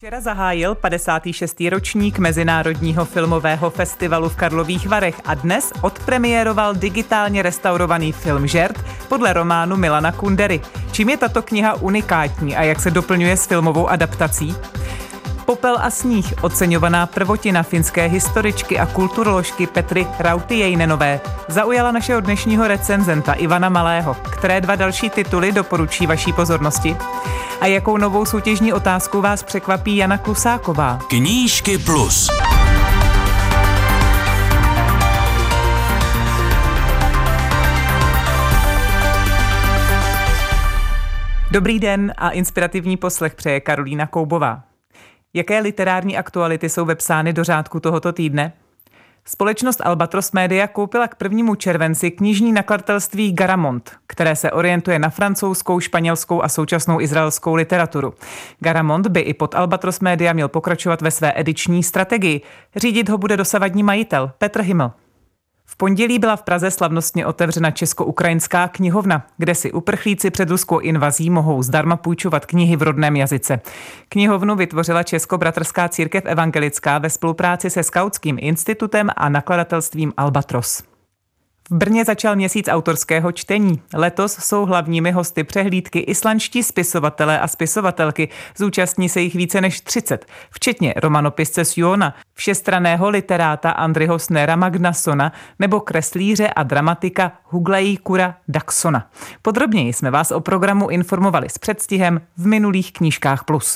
Včera zahájil 56. ročník Mezinárodního filmového festivalu v Karlových Varech a dnes odpremiéroval digitálně restaurovaný film Žert podle románu Milana Kundery. Čím je tato kniha unikátní a jak se doplňuje s filmovou adaptací? Popel a sníh, oceňovaná prvotina finské historičky a kulturoložky Petry Rautieinenové, zaujala našeho dnešního recenzenta Ivana Malého. Které dva další tituly doporučí vaší pozornosti? A jakou novou soutěžní otázku vás překvapí Jana Klusáková? Knížky plus. Dobrý den a inspirativní poslech přeje Karolína Koubová. Jaké literární aktuality jsou vepsány do řádku tohoto týdne? Společnost Albatros Media koupila k 1. červenci knižní nakladatelství Garamond, které se orientuje na francouzskou, španělskou a současnou izraelskou literaturu. Garamond by i pod Albatros Media měl pokračovat ve své ediční strategii. Řídit ho bude dosavadní majitel Petr Himmel. V pondělí byla v Praze slavnostně otevřena Česko-ukrajinská knihovna, kde si uprchlíci před ruskou invazí mohou zdarma půjčovat knihy v rodném jazyce. Knihovnu vytvořila Českobratrská církev evangelická ve spolupráci se Skautským institutem a nakladatelstvím Albatros. V Brně začal měsíc autorského čtení. Letos jsou hlavními hosty přehlídky islandští spisovatelé a spisovatelky. Zúčastní se jich více než 30, včetně romanopisce Sjona, všestranného literáta Andriho Snera Magnasona nebo kreslíře a dramatika Huglejkura Daksona. Podrobněji jsme vás o programu informovali s předstihem v minulých Knížkách plus.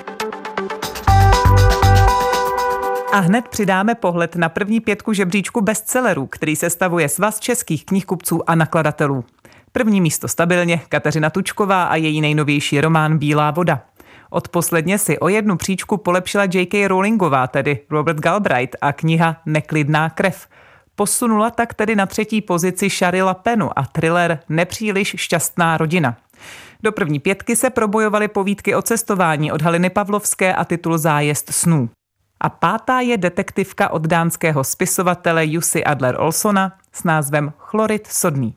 A hned přidáme pohled na první 5 žebříčku bestsellerů, který sestavuje Svaz českých knihkupců a nakladatelů. První místo stabilně Kateřina Tučková a její nejnovější román Bílá voda. Odposledně si o 1 příčku polepšila J.K. Rowlingová, tedy Robert Galbraith, a kniha Neklidná krev. Posunula tak tedy na 3. pozici Shari Lapenu a thriller Nepříliš šťastná rodina. Do první 5 se probojovaly povídky o cestování od Haliny Pavlovské a titul Zájezd snů. A 5. je detektivka od dánského spisovatele Jussi Adler-Olsona s názvem Chlorid sodný.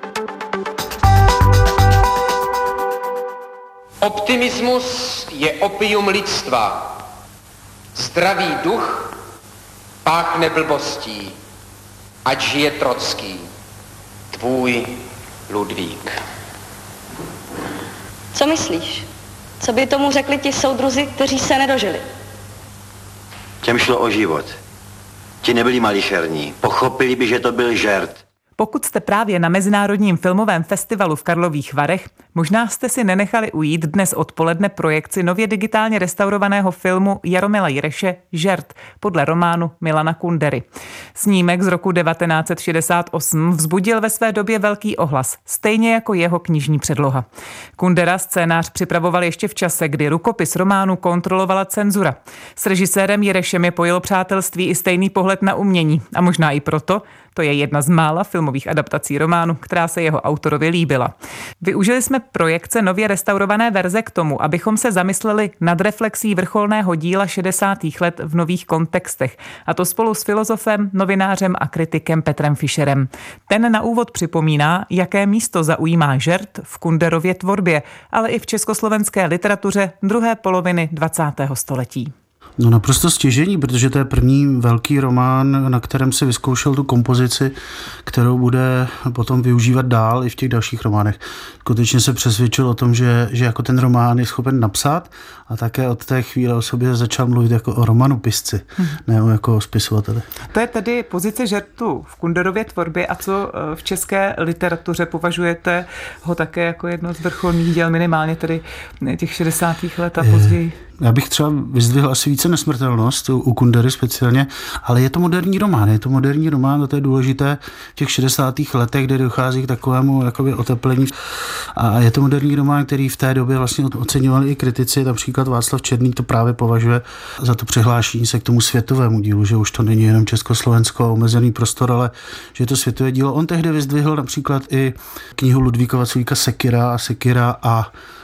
Optimismus je opium lidstva. Zdravý duch páchne blbostí, ať žije Trocký. Tvůj Ludvík. Co myslíš? Co by tomu řekli ti soudruzi, kteří se nedožili? Těm šlo o život. Ti nebyli malicherní. Pochopili by, že to byl žert. Pokud jste právě na Mezinárodním filmovém festivalu v Karlových Varech, možná jste si nenechali ujít dnes odpoledne projekci nově digitálně restaurovaného filmu Jaromila Jireše Žert podle románu Milana Kundery. Snímek z roku 1968 vzbudil ve své době velký ohlas, stejně jako jeho knižní předloha. Kundera scénář připravoval ještě v čase, kdy rukopis románu kontrolovala cenzura. S režisérem Jirešem je pojilo přátelství i stejný pohled na umění a možná i proto, to je jedna z mála filmových adaptací románu, která se jeho autorovi líbila. Využili jsme projekce nově restaurované verze k tomu, abychom se zamysleli nad reflexí vrcholného díla 60. let v nových kontextech, a to spolu s filozofem, novinářem a kritikem Petrem Fischerem. Ten na úvod připomíná, jaké místo zaujímá Žert v Kunderově tvorbě, ale i v československé literatuře druhé poloviny 20. století. No naprosto stěžení, protože to je první velký román, na kterém si vyzkoušel tu kompozici, kterou bude potom využívat dál i v těch dalších románech. Skutečně se přesvědčil o tom, že jako ten román je schopen napsat a také od té chvíle o sobě začal mluvit jako o romanopisci, ne jako o spisovateli. To je tedy pozice Žertu v Kunderově tvorbě a co v české literatuře považujete ho také jako jedno z vrcholných děl, minimálně tedy těch 60. let a později? Já bych třeba vyzdvihl asi více Nesmrtelnost u Kundery speciálně, ale je to moderní román, to je důležité v těch 60. letech, kde dochází k takovému jakoby oteplení. A je to moderní román, který v té době vlastně oceňovali i kritici, například Václav Černý to právě považuje za to přihlášení se k tomu světovému dílu, že už to není jenom Československo omezený prostor, ale že je to světové dílo. On tehdy vyzdvihl například i knihu Ludvíka Vaclíka Sekira a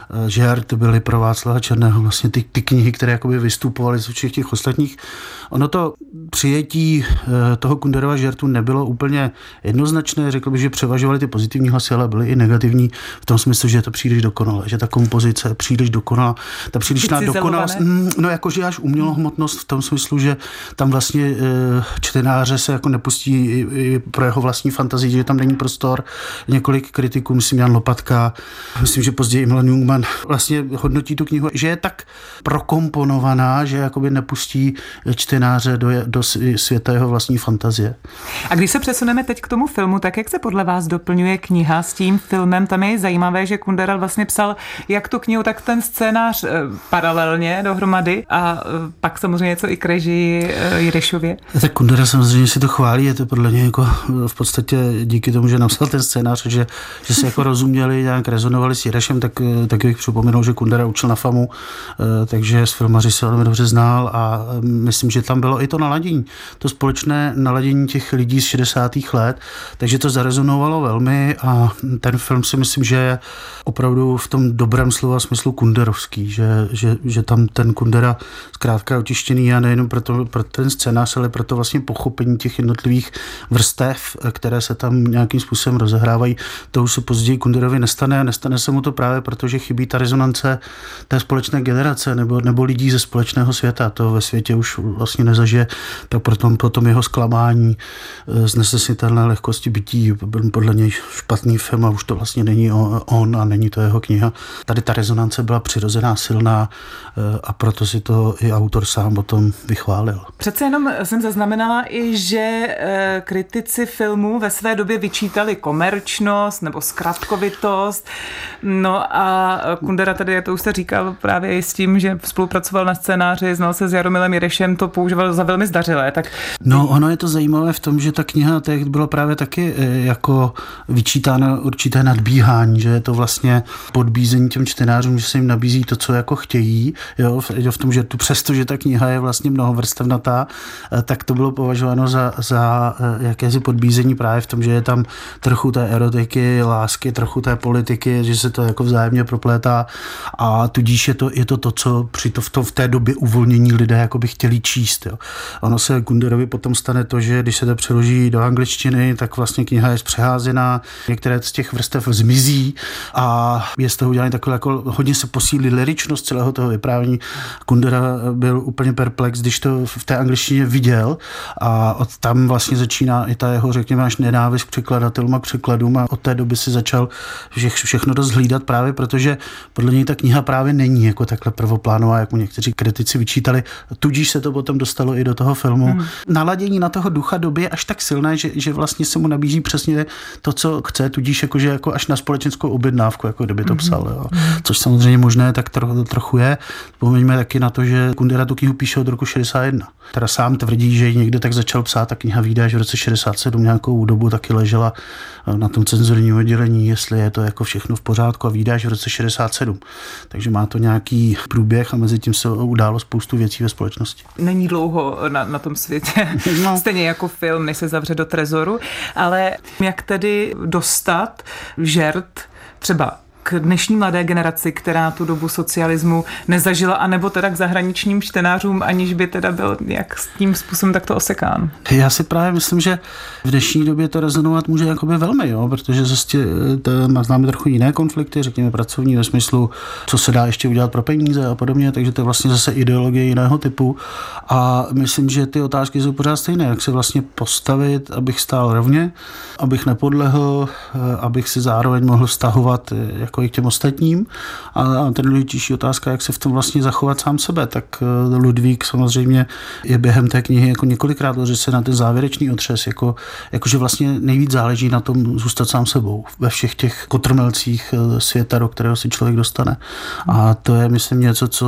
Žert byly pro Václava Černého vlastně ty knihy, které jakoby vystupovaly z všech těch ostatních. Ono to přijetí toho Kunderova Žertu nebylo úplně jednoznačné, řekl bych, že převažovaly ty pozitivní hlasy, ale byly i negativní v tom smyslu, že je to příliš dokonalé, že ta kompozice je příliš dokonalá, ta přílišná dokonalost, no jakože až umělohmotnost v tom smyslu, že tam vlastně čtenáře se jako nepustí i pro jeho vlastní fantazii, že tam není prostor. Několik kritiků, myslím Jan Lopatka, myslím, že později Milan Jungmann vlastně hodnotí tu knihu, že je tak prokomponovaná, že jakoby nepustí čtenáře do světa jeho vlastní fantazie. A když se přesuneme teď k tomu filmu, tak jak se podle vás doplňuje kniha s tím filmem? Tam je zajímavé, že Kundera vlastně psal jak tu knihu, tak ten scénář paralelně dohromady a pak samozřejmě něco i k režii Jirešově. Tak Kundera samozřejmě si to chválí, je to podle něj jako v podstatě díky tomu, že napsal ten scénář, že se jako rozuměli, nějak rezonovali s Jirešem, tak bych připomínal, že Kundera učil na FAMu, takže s filmaři se velmi dobře znal a myslím, že tam bylo i to naladění, to společné naladění těch lidí z 60. let, takže to zarezonovalo velmi a ten film si myslím, že je opravdu v tom dobrém slova smyslu kunderovský, že tam ten Kundera zkrátka otištěný a nejenom pro ten scénář, ale pro to vlastně pochopení těch jednotlivých vrstev, které se tam nějakým způsobem rozehrávají. To už se později Kunderovi nestane a nestane se mu to právě proto, že chybí ta rezonance té společné generace nebo lidí ze společného světa. To ve světě už vlastně nezažije, tak potom jeho zklamání z nesnesitelné lehkosti bytí podle něj špatný film a už to vlastně není on a není to jeho kniha. Tady ta rezonance byla přirozená, silná a proto si to i autor sám o tom vychválil. Přece jenom jsem zaznamenala i, že kritici filmů ve své době vyčítali komerčnost nebo zkratkovitost. No a Kundera tady, jak to už jste říkal, právě i s tím, že spolupracoval na scénáři, znal se s Jaromilem Jirešem, to používal za velmi zdařilé. Tak... No ono je to zajímavé v tom, že ta kniha teď bylo právě taky jako vyčítáno určité nadbíhání, že je to vlastně podbízení těm čtenářům, že se jim nabízí to, co jako chtějí, jo, v tom, že přesto, že ta kniha je vlastně mnohovrstevnatá, tak to bylo považováno za jakési podbízení právě v tom, že je tam trochu té erotiky, lásky, trochu té politiky, že se to jako vzájemně proplétá a tudíž je to, co v té době uvolnění lidé jako by chtěli číst. Jo. Ono se Kunderovi potom stane to, že když se to přeloží do angličtiny, tak vlastně kniha je zpřeházená, některé z těch vrstev zmizí a je z toho udělané takové, jako hodně se posílí lyričnost celého toho vyprávění. Kundera byl úplně perplex, když to v té angličtině viděl a od tam vlastně začíná i ta jeho, řekněme, až nenávist k překladatelům a k překladům a od té doby si začal všechno dost hlídat právě, protože podle něj ta kniha právě není jako takhle prvoplánová, jak mu někteří kritici vyčítali. Tudíž se to potom dostalo i do toho filmu. Naladění na toho ducha doby je až tak silné, že vlastně se mu nabízí přesně to, co chce, tudíž jakože jako až na společenskou objednávku, jako kdyby to psal. Jo. Což samozřejmě možné tak trochu je. Vzpomeňme taky na to, že Kundera tu knihu píše od roku 61. Teda sám tvrdí, že ji někde tak začal psát, ta kniha vyjde až v roce 67, nějakou dobu taky ležela na tom cenzurním oddělení, jestli je to jako všechno v pořádku a vyjde až v roce 67. Takže má to nějaký průběh a mezi tím se událo spoustu věcí ve společnosti. Není dlouho na tom světě, no. Stejně jako film, než se zavře do trezoru, ale jak tedy dostat Žert třeba k dnešní mladé generaci, která tu dobu socialismu nezažila, anebo teda k zahraničním čtenářům, aniž by teda byl jak s tím způsobem takto osekán? Já si právě myslím, že v dnešní době to rezonovat může jakoby velmi, jo, protože zase známe trochu jiné konflikty, řekněme pracovní ve smyslu, co se dá ještě udělat pro peníze a podobně, takže to je vlastně zase ideologie jiného typu a myslím, že ty otázky jsou pořád stejné, jak se vlastně postavit, abych stál rovně, abych nepodlehl, abych si zároveň mohl vztahovat jako i k těm ostatním. A ten důležitější otázka, jak se v tom vlastně zachovat sám sebe, tak Ludvík samozřejmě je během té knihy jako několikrát loží se na ten závěrečný otřes, jakože vlastně nejvíc záleží na tom zůstat sám sebou ve všech těch kotrmelcích světa, do kterého si člověk dostane. A to je, myslím, něco, co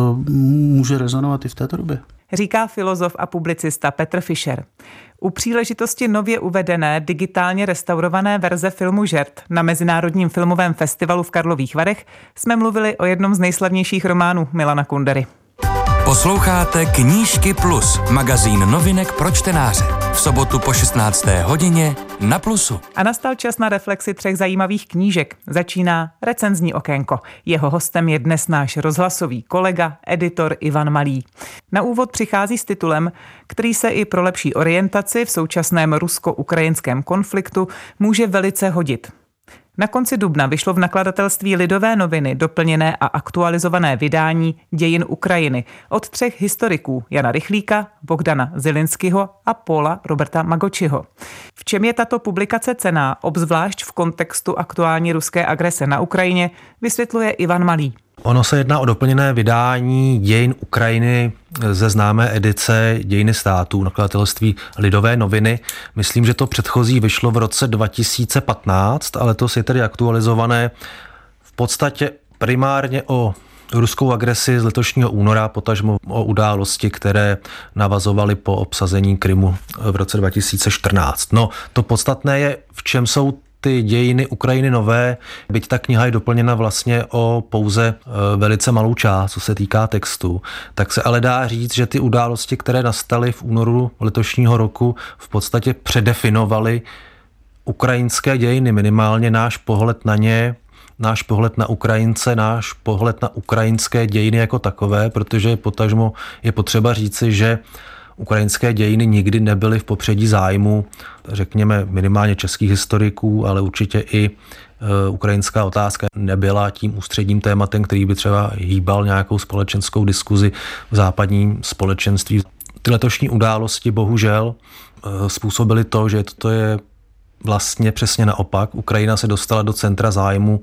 může rezonovat i v této době. Říká filozof a publicista Petr Fischer. U příležitosti nově uvedené digitálně restaurované verze filmu Žert na Mezinárodním filmovém festivalu v Karlových Varech jsme mluvili o jednom z nejslavnějších románů Milana Kundery. Posloucháte Knížky Plus, magazín novinek pro čtenáře. V sobotu po 16. hodině na Plusu. A nastal čas na reflexi 3 zajímavých knížek. Začíná recenzní okénko. Jeho hostem je dnes náš rozhlasový kolega, editor Ivan Malý. Na úvod přichází s titulem, který se i pro lepší orientaci v současném rusko-ukrajinském konfliktu může velice hodit. Na konci dubna vyšlo v nakladatelství Lidové noviny doplněné a aktualizované vydání Dějin Ukrajiny od 3 historiků Jana Rychlíka, Bogdana Zilinského a Paula Roberta Magočiho. V čem je tato publikace cenná, obzvlášť v kontextu aktuální ruské agrese na Ukrajině, vysvětluje Ivan Malý. Ono se jedná o doplněné vydání Dějin Ukrajiny ze známé edice Dějiny států, nakladatelství Lidové noviny. Myslím, že to předchozí vyšlo v roce 2015, ale to je tedy aktualizované v podstatě primárně o ruskou agresi z letošního února, potažmo o události, které navazovaly po obsazení Krymu v roce 2014. No, to podstatné je, v čem jsou ty dějiny Ukrajiny nové, byť ta kniha je doplněna vlastně o pouze velice malou část, co se týká textu, tak se ale dá říct, že ty události, které nastaly v únoru letošního roku, v podstatě předefinovaly ukrajinské dějiny, minimálně náš pohled na ně, náš pohled na Ukrajince, náš pohled na ukrajinské dějiny jako takové, protože potažmo je potřeba říci, že ukrajinské dějiny nikdy nebyly v popředí zájmu, řekněme minimálně českých historiků, ale určitě i ukrajinská otázka nebyla tím ústředním tématem, který by třeba hýbal nějakou společenskou diskuzi v západním společenství. Ty letošní události bohužel způsobily to, že to je vlastně přesně naopak. Ukrajina se dostala do centra zájmu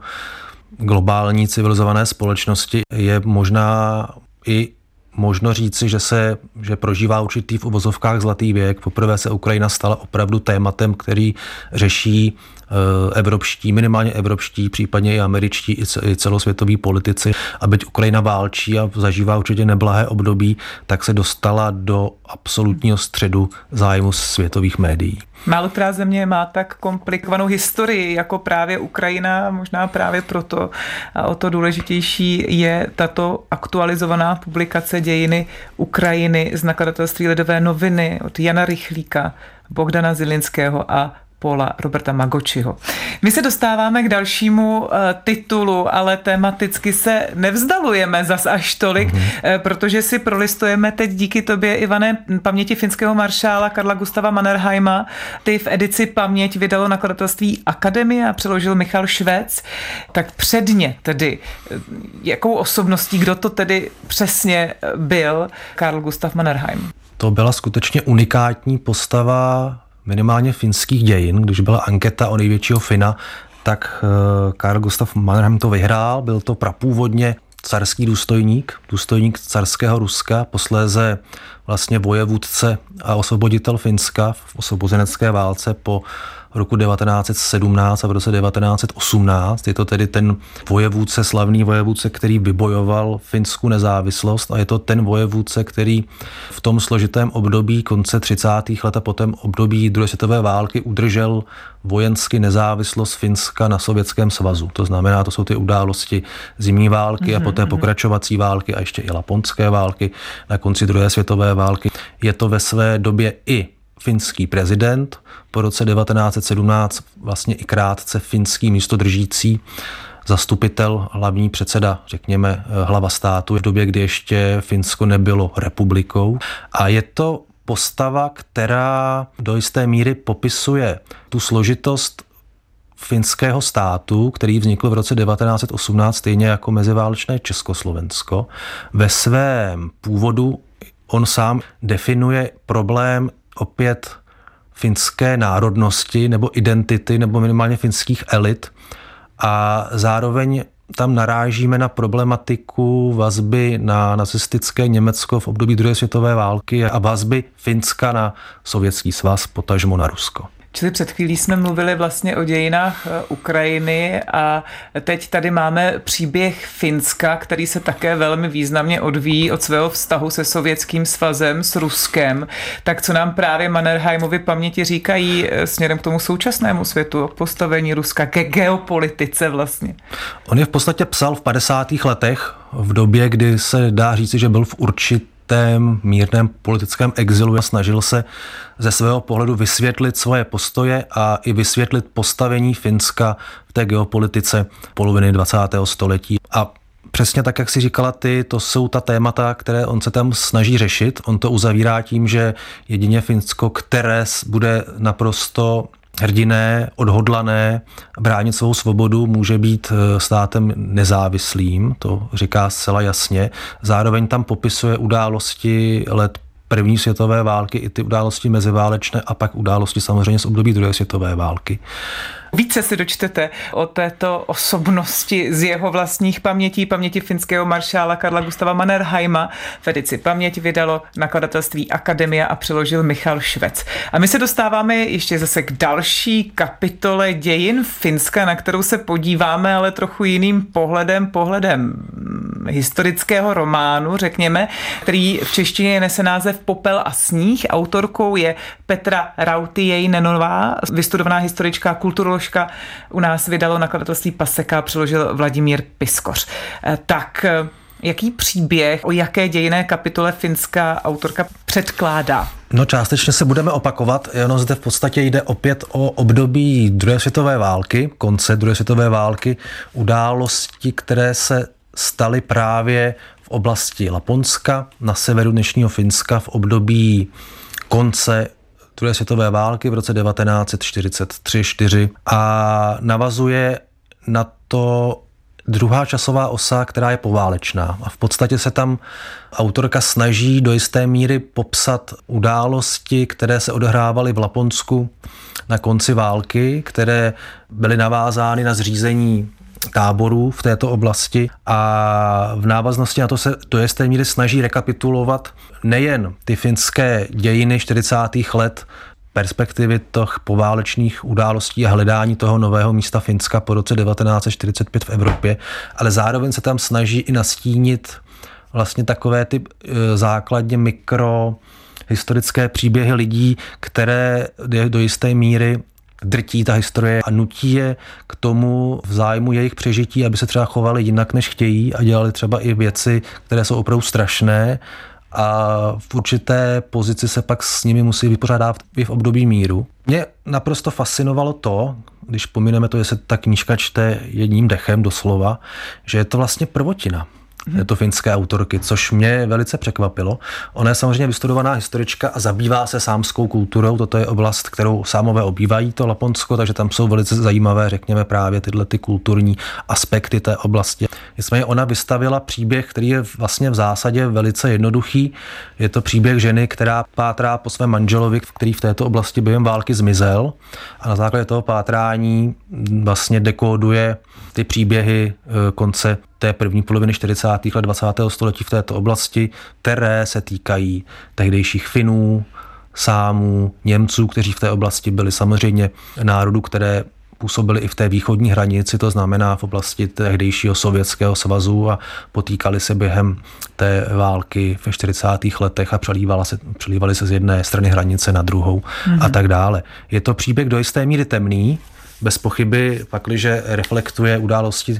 globální civilizované společnosti. Je možná i možno říci, že prožívá určitý v uvozovkách zlatý věk. Poprvé se Ukrajina stala opravdu tématem, který řeší evropští, minimálně evropští, případně i američtí, i celosvětoví politici. A byť Ukrajina válčí a zažívá určitě neblahé období, tak se dostala do absolutního středu zájmu světových médií. Málo která země má tak komplikovanou historii jako právě Ukrajina, možná právě proto. A o to důležitější je tato aktualizovaná publikace Dějiny Ukrajiny z nakladatelství Lidové noviny od Jana Rychlíka, Bogdana Zilinského a Paula Roberta Magočiho. My se dostáváme k dalšímu titulu, ale tematicky se nevzdalujeme zas až tolik, protože si prolistujeme teď díky tobě, Ivane, paměti finského maršála Karla Gustava Mannerheima. Ty v edici Paměť vydalo nakladatelství Akademie a přeložil Michal Švec. Tak předně tedy, jakou osobností, kdo to tedy přesně byl Karl Gustav Mannerheim? To byla skutečně unikátní postava minimálně finských dějin. Když byla anketa o největšího Fina, tak Karl Gustav Mannerheim to vyhrál. Byl to prapůvodně carský důstojník carského Ruska, posléze vlastně vojevůdce a osvoboditel Finska v osvobozenecké válce po roku 1917 a v roce 1918. Je to tedy ten vojevůdce, slavný vojevůdce, který vybojoval finskou nezávislost, a je to ten vojevůdce, který v tom složitém období konce 30. let a potom období druhé světové války udržel vojensky nezávislost Finska na Sovětském svazu. To znamená, to jsou ty události zimní války a poté pokračovací války a ještě i laponské války na konci druhé světové války. Je to ve své době i finský prezident, po roce 1917 vlastně i krátce finský místodržící zastupitel, hlavní předseda, řekněme hlava státu v době, kdy ještě Finsko nebylo republikou. A je to postava, která do jisté míry popisuje tu složitost finského státu, který vznikl v roce 1918 stejně jako meziválečné Československo. Ve svém původu on sám definuje problém opět finské národnosti nebo identity nebo minimálně finských elit, a zároveň tam narážíme na problematiku vazby na nacistické Německo v období druhé světové války a vazby Finska na Sovětský svaz, potažmo na Rusko. Čili před chvílí jsme mluvili vlastně o dějinách Ukrajiny a teď tady máme příběh Finska, který se také velmi významně odvíjí od svého vztahu se Sovětským svazem, s Ruskem. Tak co nám právě Mannerheimovy paměti říkají směrem k tomu současnému světu, k postavení Ruska, ke geopolitice vlastně? On je v podstatě psal v 50. letech, v době, kdy se dá říci, že byl v určité určitém mírném politickém exilu a snažil se ze svého pohledu vysvětlit svoje postoje a i vysvětlit postavení Finska v té geopolitice poloviny 20. století. A přesně tak, jak si říkala ty, to jsou ta témata, které on se tam snaží řešit. On to uzavírá tím, že jedině Finsko, které bude naprosto hrdinné, odhodlané bránit svou svobodu, může být státem nezávislým, to říká zcela jasně. Zároveň tam popisuje události let první světové války, i ty události meziválečné a pak události samozřejmě z období druhé světové války. Více si dočtete o této osobnosti z jeho vlastních pamětí finského maršála Karla Gustava Mannerheima. V edici Paměť vydalo nakladatelství Akademia a přeložil Michal Švec. A my se dostáváme ještě zase k další kapitole dějin Finska, na kterou se podíváme, ale trochu jiným pohledem historického románu, řekněme, který v češtině nese název Popel a sníh. Autorkou je Petra Rautiejnenová, vystudovaná historička, kulturoložka. U nás vydalo nakladatelství Paseka, přeložil Vladimír Piskoř. Tak jaký příběh, o jaké dějinné kapitole finská autorka předkládá? No částečně se budeme opakovat, ono zde v podstatě jde opět o období druhé světové války, konce druhé světové války, události, které se staly právě v oblasti Laponska, na severu dnešního Finska v období konce druhé světové války v roce 1943-4 a navazuje na to druhá časová osa, která je poválečná. A v podstatě se tam autorka snaží do jisté míry popsat události, které se odehrávaly v Laponsku na konci války, které byly navázány na zřízení táborů v této oblasti a v návaznosti na to se do jisté míry snaží rekapitulovat nejen ty finské dějiny 40. let, perspektivy těch poválečných událostí a hledání toho nového místa Finska po roce 1945 v Evropě, ale zároveň se tam snaží i nastínit vlastně takové ty základně mikrohistorické příběhy lidí, které do jisté míry drtí ta historie a nutí je k tomu v zájmu jejich přežití, aby se třeba chovali jinak, než chtějí a dělali třeba i věci, které jsou opravdu strašné a v určité pozici se pak s nimi musí vypořádat i v období míru. Mě naprosto fascinovalo to, když pomineme to, že se ta knížka čte jedním dechem doslova, že je to vlastně prvotina této finské autorky, což mě velice překvapilo. Ona je samozřejmě vystudovaná historička a zabývá se sámskou kulturou. Toto je oblast, kterou Sámové obývají, to Laponsko, takže tam jsou velice zajímavé, řekněme, právě tyhle ty kulturní aspekty té oblasti. Nicméně ona vystavila příběh, který je vlastně v zásadě velice jednoduchý. Je to příběh ženy, která pátrá po svém manželovi, který v této oblasti během války zmizel a na základě toho pátrání vlastně dekóduje ty příběhy konce té první poloviny 40. let 20. století v této oblasti, které se týkají tehdejších Finů, Sámů, Němců, kteří v té oblasti byli samozřejmě národů, které působili i v té východní hranici, to znamená v oblasti tehdejšího Sovětského svazu a potýkali se během té války ve 40. letech a přelívali se z jedné strany hranice na druhou a tak dále. Je to příběh do jisté míry temný, bez pochyby, pakliže reflektuje události,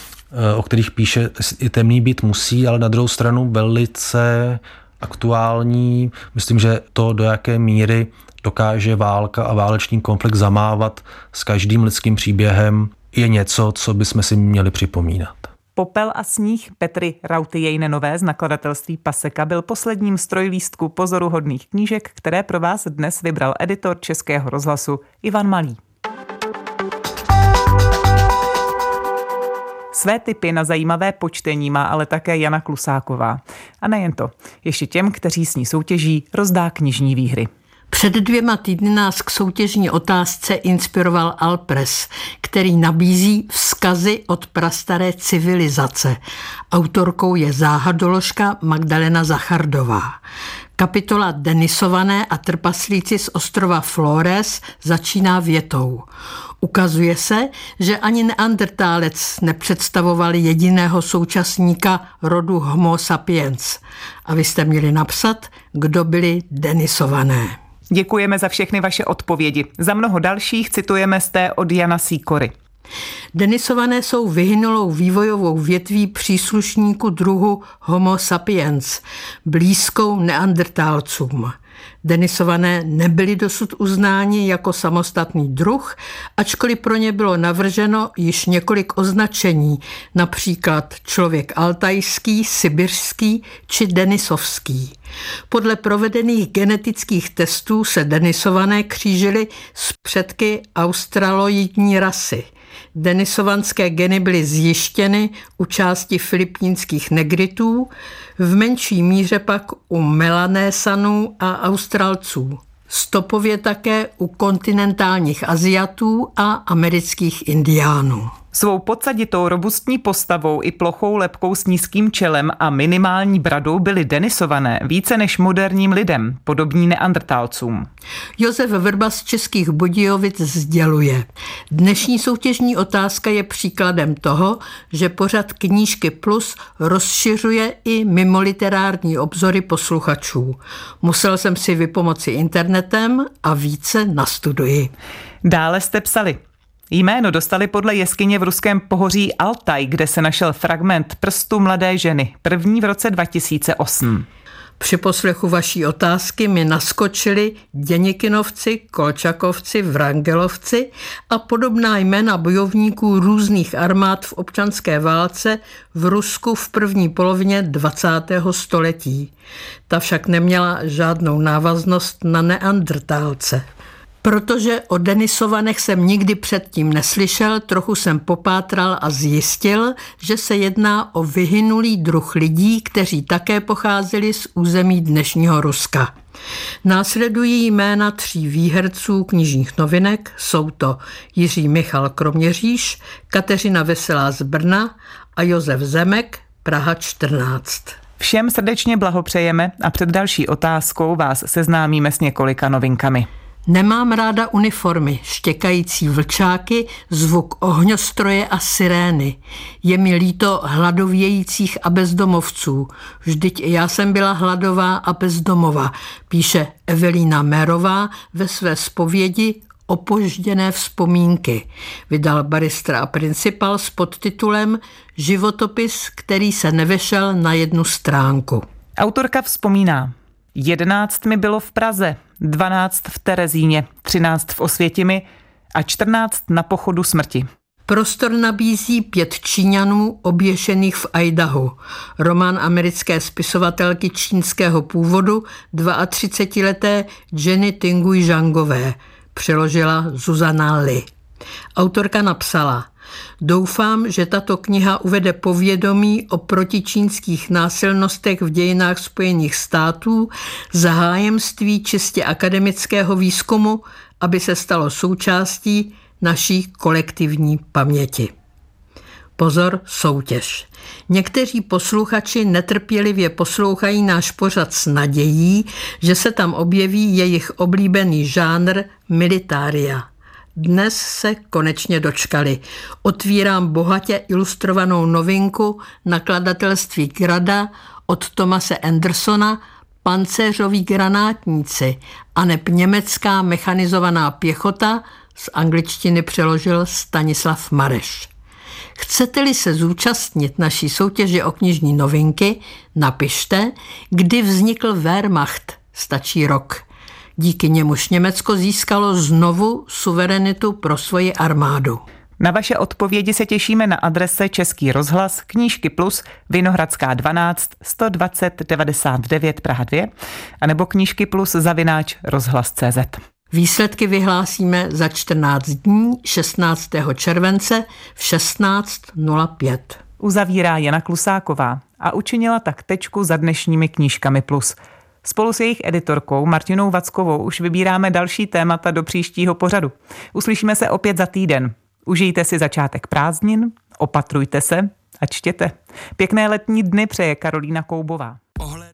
o kterých píše, i temný být musí, ale na druhou stranu velice aktuální. Myslím, že to, do jaké míry dokáže válka a válečný konflikt zamávat s každým lidským příběhem, je něco, co bychom si měli připomínat. Popel a sníh Petry Rautiejnenové z nakladatelství Paseka byl posledním z trojlístku pozoruhodných knížek, které pro vás dnes vybral editor Českého rozhlasu Ivan Malý. Své tipy na zajímavé počtení má ale také Jana Klusáková. A nejen to, ještě těm, kteří s ní soutěží, rozdá knižní výhry. Před 2 týdny nás k soutěžní otázce inspiroval Alpres, který nabízí vzkazy od prastaré civilizace. Autorkou je záhadoložka Magdalena Zachardová. Kapitola Denisované a trpaslíci z ostrova Flores začíná větou. Ukazuje se, že ani neandertálec nepředstavoval jediného současníka rodu Homo sapiens. A vy jste měli napsat, kdo byli Denisované. Děkujeme za všechny vaše odpovědi. Za mnoho dalších citujeme z té od Jana Sýkory. Denisované jsou vyhynulou vývojovou větví příslušníků druhu Homo sapiens, blízkou neandertálcům. Denisované nebyli dosud uznáni jako samostatný druh, ačkoliv pro ně bylo navrženo již několik označení, například člověk altajský, sibirský či denisovský. Podle provedených genetických testů se denisované křížili s předky australoidní rasy. Denisovanské geny byly zjištěny u části filipínských negritů, v menší míře pak u melanésanů a Australců. Stopově také u kontinentálních Aziatů a amerických Indiánů. Svou podsaditou robustní postavou i plochou lebkou s nízkým čelem a minimální bradou byli denisované více než moderním lidem, podobní neandertálcům. Josef Vrba z Českých Budějovic sděluje: dnešní soutěžní otázka je příkladem toho, že pořad Knížky Plus rozšiřuje i mimoliterární obzory posluchačů. Musel jsem si vypomoci internetem a více nastuduji. Dále jste psali: jméno dostali podle jeskyně v ruském pohoří Altaj, kde se našel fragment prstu mladé ženy, první v roce 2008. Při poslechu vaší otázky mi naskočili Děnikinovci, Kolčakovci, Vrangelovci a podobná jména bojovníků různých armád v občanské válce v Rusku v první polovině 20. století. Ta však neměla žádnou návaznost na neandertálce. Protože o Denisovanech jsem nikdy předtím neslyšel, trochu jsem popátral a zjistil, že se jedná o vyhynulý druh lidí, kteří také pocházeli z území dnešního Ruska. Následují jména 3 výherců knižních novinek, jsou to Jiří Michal Kroměříž, Kateřina Veselá z Brna a Josef Zemek, Praha 14. Všem srdečně blahopřejeme a před další otázkou vás seznámíme s několika novinkami. Nemám ráda uniformy, štěkající vlčáky, zvuk ohňostroje a sirény. Je mi líto hladovějících a bezdomovců. Vždyť i já jsem byla hladová a bezdomová, píše Evelína Mérová ve své zpovědi Opožděné vzpomínky. Vydal Baristra a principal s podtitulem Životopis, který se nevešel na 1 stránku. Autorka vzpomíná: 11 mi bylo v Praze, 12 v Terezíně, 13 v Osvětimi a 14 na pochodu smrti. Prostor nabízí 5 Číňanů oběšených v Idahu. Román americké spisovatelky čínského původu 32leté Jenny Tinguj Zhangové. Přeložila Zuzana Li. Autorka napsala: doufám, že tato kniha uvede povědomí o protičínských násilnostech v dějinách Spojených států za hájemství čistě akademického výzkumu, aby se stalo součástí naší kolektivní paměti. Pozor, soutěž. Někteří posluchači netrpělivě poslouchají náš pořad s nadějí, že se tam objeví jejich oblíbený žánr militária. Dnes se konečně dočkali. Otvírám bohatě ilustrovanou novinku nakladatelství Grada od Thomase Andersona Pancéřoví granátníci aneb německá mechanizovaná pěchota, z angličtiny přeložil Stanislav Mareš. Chcete-li se zúčastnit naší soutěže o knižní novinky, napište, kdy vznikl Wehrmacht, stačí rok. Díky němuž Německo získalo znovu suverenitu pro svoji armádu. Na vaše odpovědi se těšíme na adrese Český rozhlas, Knížky Plus, Vinohradská 12, 120 99 Praha 2, anebo Knížky Plus @rozhlas.cz. Výsledky vyhlásíme za 14 dní 16. července v 16:05. Uzavírá Jana Klusáková a učinila tak tečku za dnešními Knížkami Plus. Spolu s jejich editorkou Martinou Vackovou už vybíráme další témata do příštího pořadu. Uslyšíme se opět za týden. Užijte si začátek prázdnin, opatrujte se a čtěte. Pěkné letní dny přeje Karolína Koubová.